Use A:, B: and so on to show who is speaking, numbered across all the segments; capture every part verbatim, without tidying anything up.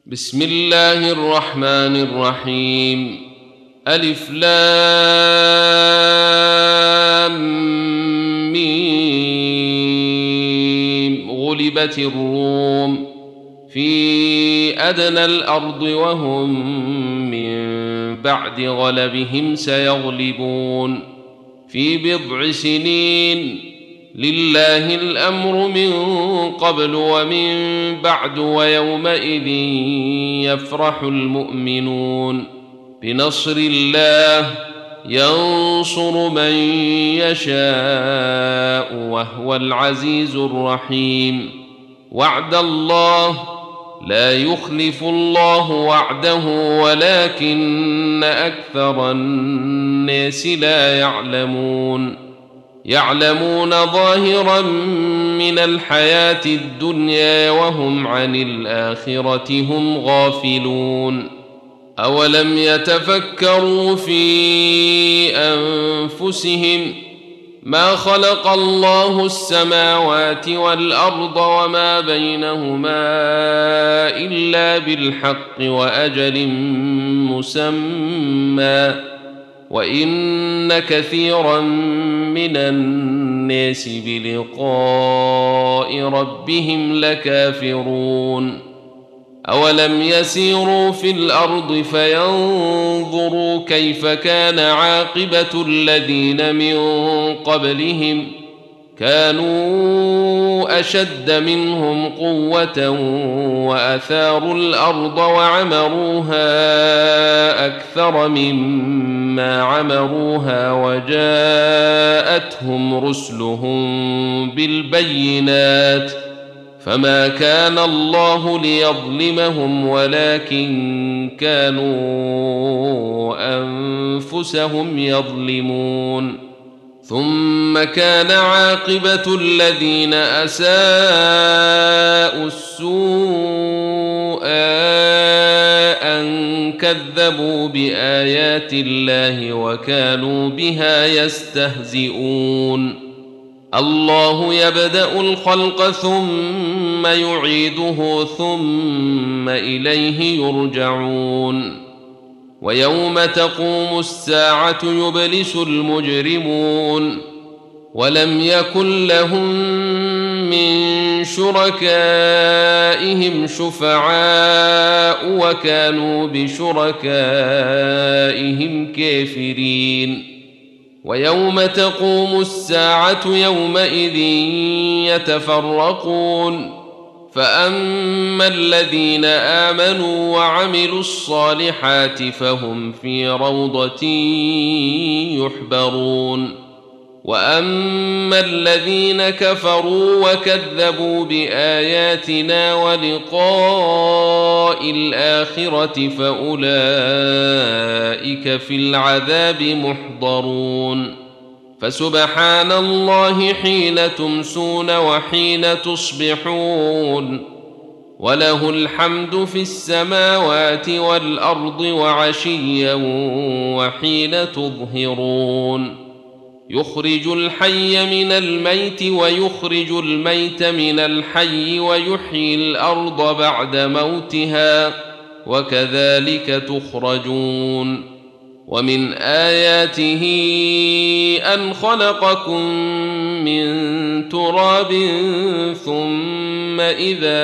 A: بسم الله الرحمن الرحيم. ألف لام ميم. غلبت الروم في أدنى الأرض وهم من بعد غلبهم سيغلبون في بضع سنين. لله الأمر من قبل ومن بعد ويومئذ يفرح المؤمنون بنصر الله ينصر من يشاء وهو العزيز الرحيم. وعد الله لا يخلف الله وعده ولكن أكثر الناس لا يعلمون. يعلمون ظاهرا من الحياة الدنيا وهم عن الآخرة هم غافلون. أولم يتفكروا في أنفسهم ما خلق الله السماوات والأرض وما بينهما إلا بالحق وأجل مسمى وإن كثيرا من الناس بلقاء ربهم لكافرون. أولم يسيروا في الأرض فينظروا كيف كان عاقبة الذين من قبلهم كانوا أشد منهم قوة وأثاروا الأرض وعمروها أكثر مما عمروها وجاءتهم رسلهم بالبينات فما كان الله ليظلمهم ولكن كانوا أنفسهم يظلمون. ثم كان عاقبة الذين أساءوا السوء أن كذبوا بآيات الله وكانوا بها يستهزئون. الله يبدأ الخلق ثم يعيده ثم إليه يرجعون. ويوم تقوم الساعة يبلس المجرمون ولم يكن لهم من شركائهم شفعاء وكانوا بشركائهم كافرين. ويوم تقوم الساعة يومئذ يتفرقون فأما الذين آمنوا وعملوا الصالحات فهم في روضة يحبرون. وأما الذين كفروا وكذبوا بآياتنا ولقاء الآخرة فأولئك في العذاب محضرون. فسبحان الله حين تمسون وحين تصبحون وله الحمد في السماوات والأرض وعشيا وحين تظهرون. يخرج الحي من الميت ويخرج الميت من الحي ويحيي الأرض بعد موتها وكذلك تخرجون. ومن آياته أن خلقكم من تراب ثم إذا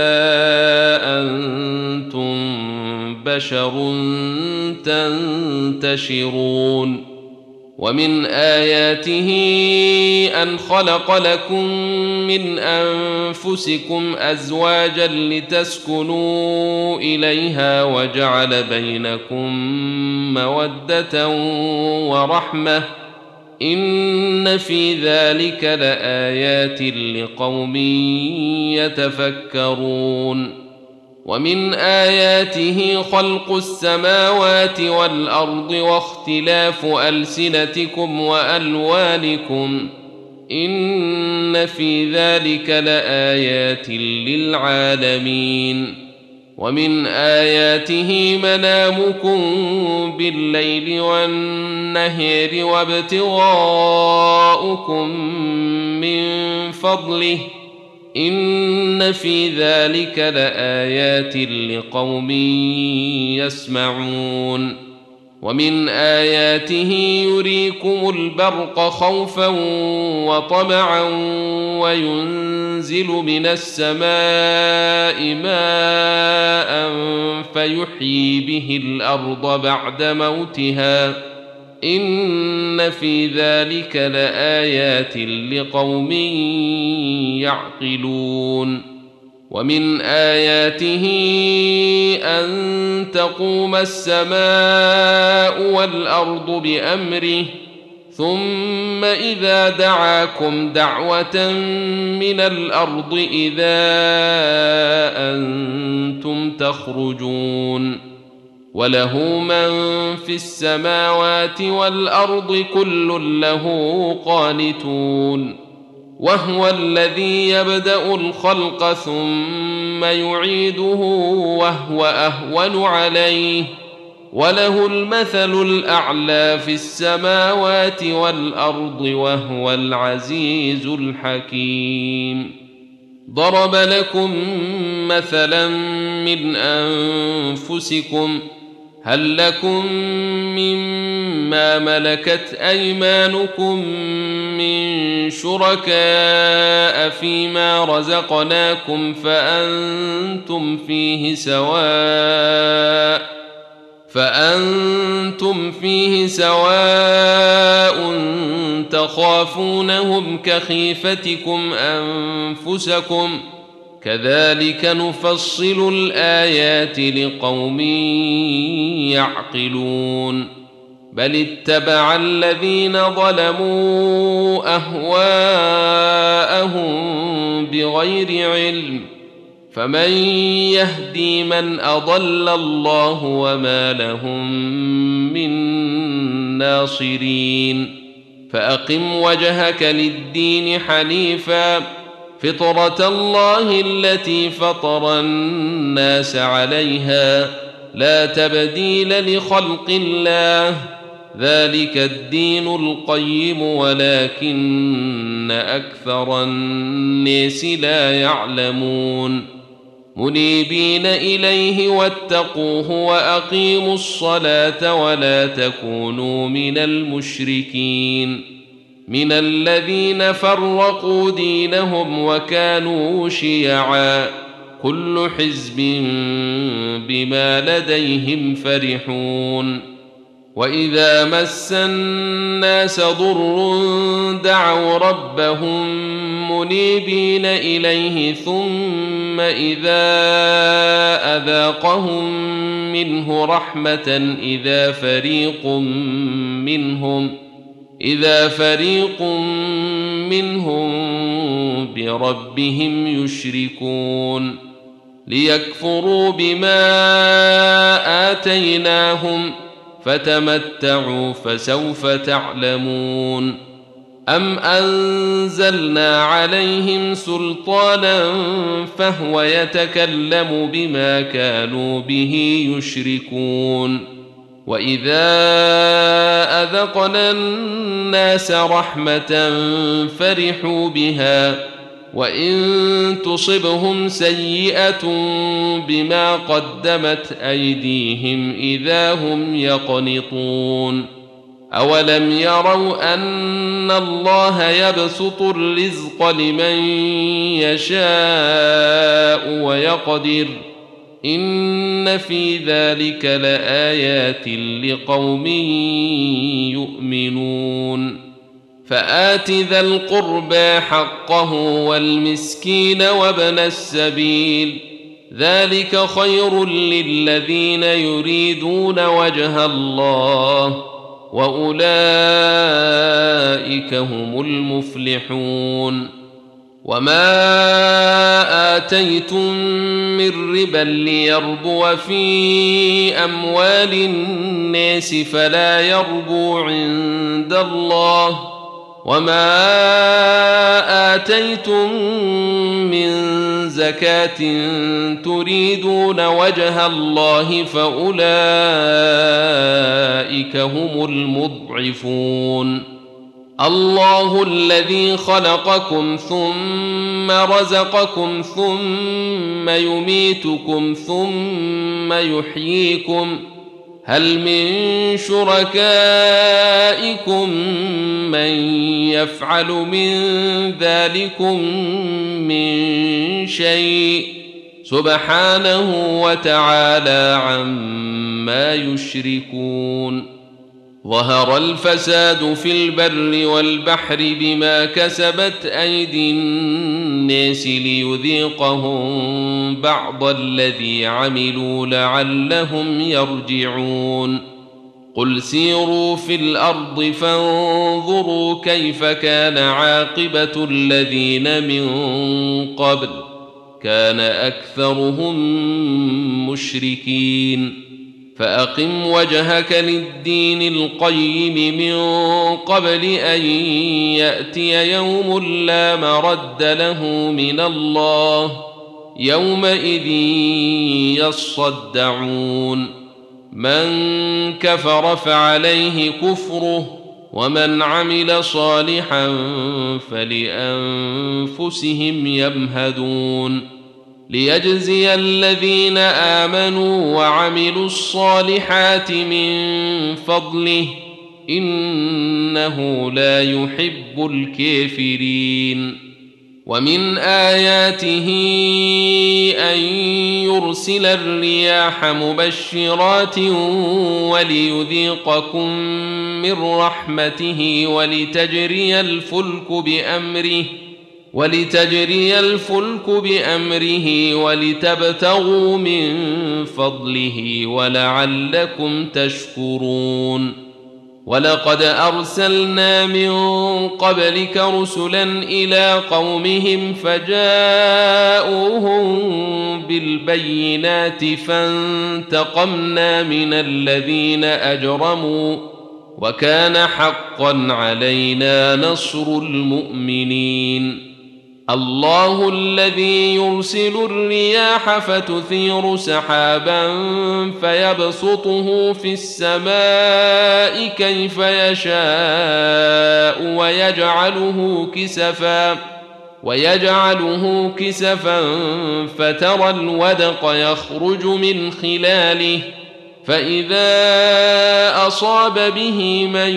A: أنتم بشر تنتشرون. ومن آياته أن خلق لكم من أنفسكم أزواجا لتسكنوا إليها وجعل بينكم مودة ورحمة إن في ذلك لآيات لقوم يتفكرون. ومن آياته خلق السماوات والأرض واختلاف ألسنتكم وألوانكم إن في ذلك لآيات للعالمين. ومن آياته منامكم بالليل والنهار وابتغاؤكم من فضله إن في ذلك لآيات لقوم يسمعون. ومن آياته يريكم البرق خوفا وطمعا وينزل من السماء ماء فيحيي به الأرض بعد موتها إن في ذلك لآيات لقوم يعقلون. ومن آياته أن تقوم السماء والأرض بأمره ثم إذا دعاكم دعوة من الأرض إذا أنتم تخرجون. وله من في السماوات والأرض كل له قانتون. وهو الذي يبدأ الخلق ثم يعيده وهو أهون عليه وله المثل الأعلى في السماوات والأرض وهو العزيز الحكيم. ضرب لكم مثلا من أنفسكم هل لكم مما ملكت أيمانكم من شركاء فيما رزقناكم فأنتم فيه سواء فأنتم فيه سواء تخافونهم كخيفتكم أنفسكم كذلك نفصل الآيات لقوم يعقلون. بل اتبع الذين ظلموا أهواءهم بغير علم فمن يهدي من أضل الله وما لهم من ناصرين. فأقم وجهك للدين حنيفا فطرة الله التي فطر الناس عليها لا تبديل لخلق الله ذلك الدين القيم ولكن أكثر الناس لا يعلمون. منيبين إليه واتقوه وأقيموا الصلاة ولا تكونوا من المشركين من الذين فرقوا دينهم وكانوا شيعا كل حزب بما لديهم فرحون. وإذا مس الناس ضر دعوا ربهم منيبين إليه ثم إذا أذاقهم منه رحمة إذا فريق منهم إذا فريق منهم بربهم يشركون ليكفروا بما آتيناهم فتمتعوا فسوف تعلمون. أم أنزلنا عليهم سلطانا فهو يتكلم بما كانوا به يشركون. وإذا أذقنا الناس رحمة فرحوا بها وإن تصبهم سيئة بما قدمت أيديهم إذا هم يقنطون. أولم يروا أن الله يبسط الرزق لمن يشاء ويقدر إن في ذلك لآيات لقوم يؤمنون. فآت ذا القربى حقه والمسكين وابن السبيل ذلك خير للذين يريدون وجه الله وأولئك هم المفلحون. وما آتيتم من ربا ليربو في أموال الناس فلا يربو عند الله وما آتيتم من زكاة تريدون وجه الله فأولئك هم المضعفون. الله الذي خلقكم ثم رزقكم ثم يميتكم ثم يحييكم هل من شركائكم من يفعل من ذلكم من شيء سبحانه وتعالى عما يشركون ظهر الفساد في البر والبحر بما كسبت أيدي الناس ليذيقهم بعض الذي عملوا لعلهم يرجعون قل سيروا في الأرض فانظروا كيف كان عاقبة الذين من قبل كان أكثرهم مشركين فأقم وجهك للدين القيم من قبل أن يأتي يوم لا مرد له من الله يومئذ يصدعون من كفر فعليه كفره ومن عمل صالحا فلأنفسهم يمهدون ليجزي الذين آمنوا وعملوا الصالحات من فضله إنه لا يحب الكافرين ومن آياته أن يرسل الرياح مبشرات وليذيقكم من رحمته ولتجري الفلك بأمره ولتجري الفلك بأمره ولتبتغوا من فضله ولعلكم تشكرون ولقد أرسلنا من قبلك رسلا إلى قومهم فجاءوهم بالبينات فانتقمنا من الذين أجرموا وكان حقا علينا نصر المؤمنين الله الذي يرسل الرياح فتثير سحابا فيبسطه في السماء كيف يشاء ويجعله كسفا ويجعله كسفا فترى الودق يخرج من خلاله فإذا أصاب به من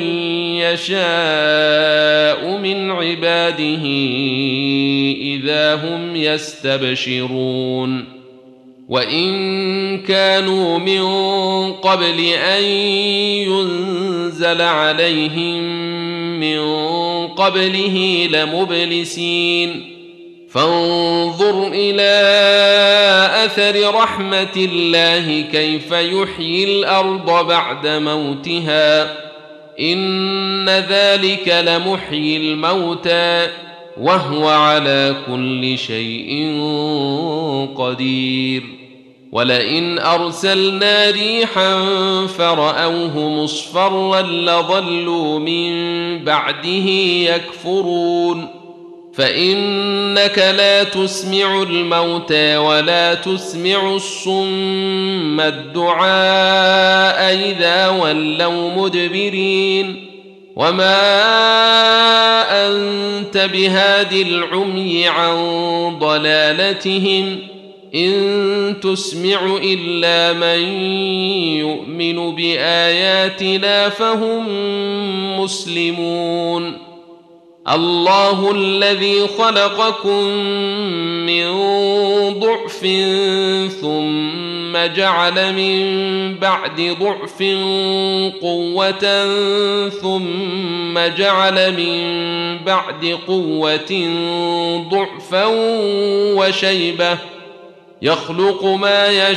A: يشاء من عباده إذا هم يستبشرون وإن كانوا من قبل أن ينزل عليهم من قبله لمبلسين فانظر إلى أثر رحمة الله كيف يحيي الأرض بعد موتها إن ذلك لمحيي الموتى وهو على كل شيء قدير ولئن أرسلنا ريحا فرأوه مصفرا لظلوا من بعده يكفرون فإنك لا تسمع الموتى ولا تسمع الصم الدعاء إذا ولوا مدبرين وما أنت بهاد العمي عن ضلالتهم إن تسمع إلا من يؤمن بآياتنا فهم مسلمون الله الذي خلقكم من ضعف ثم جعل من بعد ضعف قوة ثم جعل من بعد قوة ضعفا وشيبة يخلق ما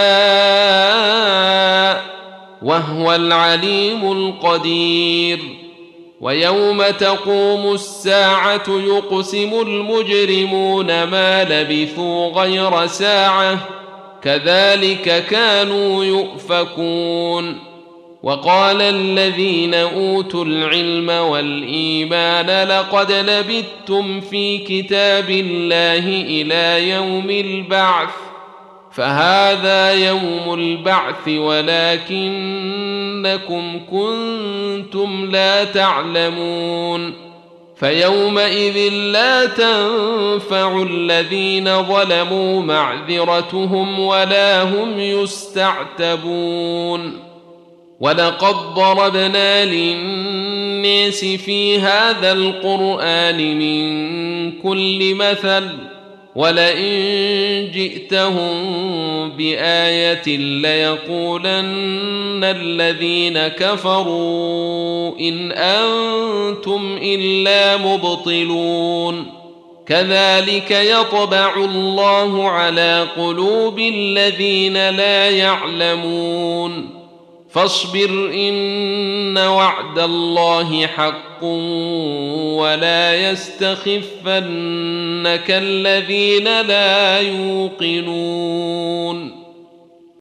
A: يشاء وهو العليم القدير ويوم تقوم الساعة يقسم المجرمون ما لبثوا غير ساعة كذلك كانوا يؤفكون وقال الذين أوتوا العلم والإيمان لقد لبثتم في كتاب الله إلى يوم البعث فهذا يوم البعث ولكنكم كنتم لا تعلمون فيومئذ لا تنفع الذين ظلموا معذرتهم ولا هم يستعتبون ولقد ضربنا للناس في هذا القرآن من كل مثل ولئن جئتهم بآية ليقولن الذين كفروا إن أنتم إلا مبطلون كذلك يطبع الله على قلوب الذين لا يعلمون فاصبر إن وعد الله حق ولا يستخفنك الذين لا يوقنون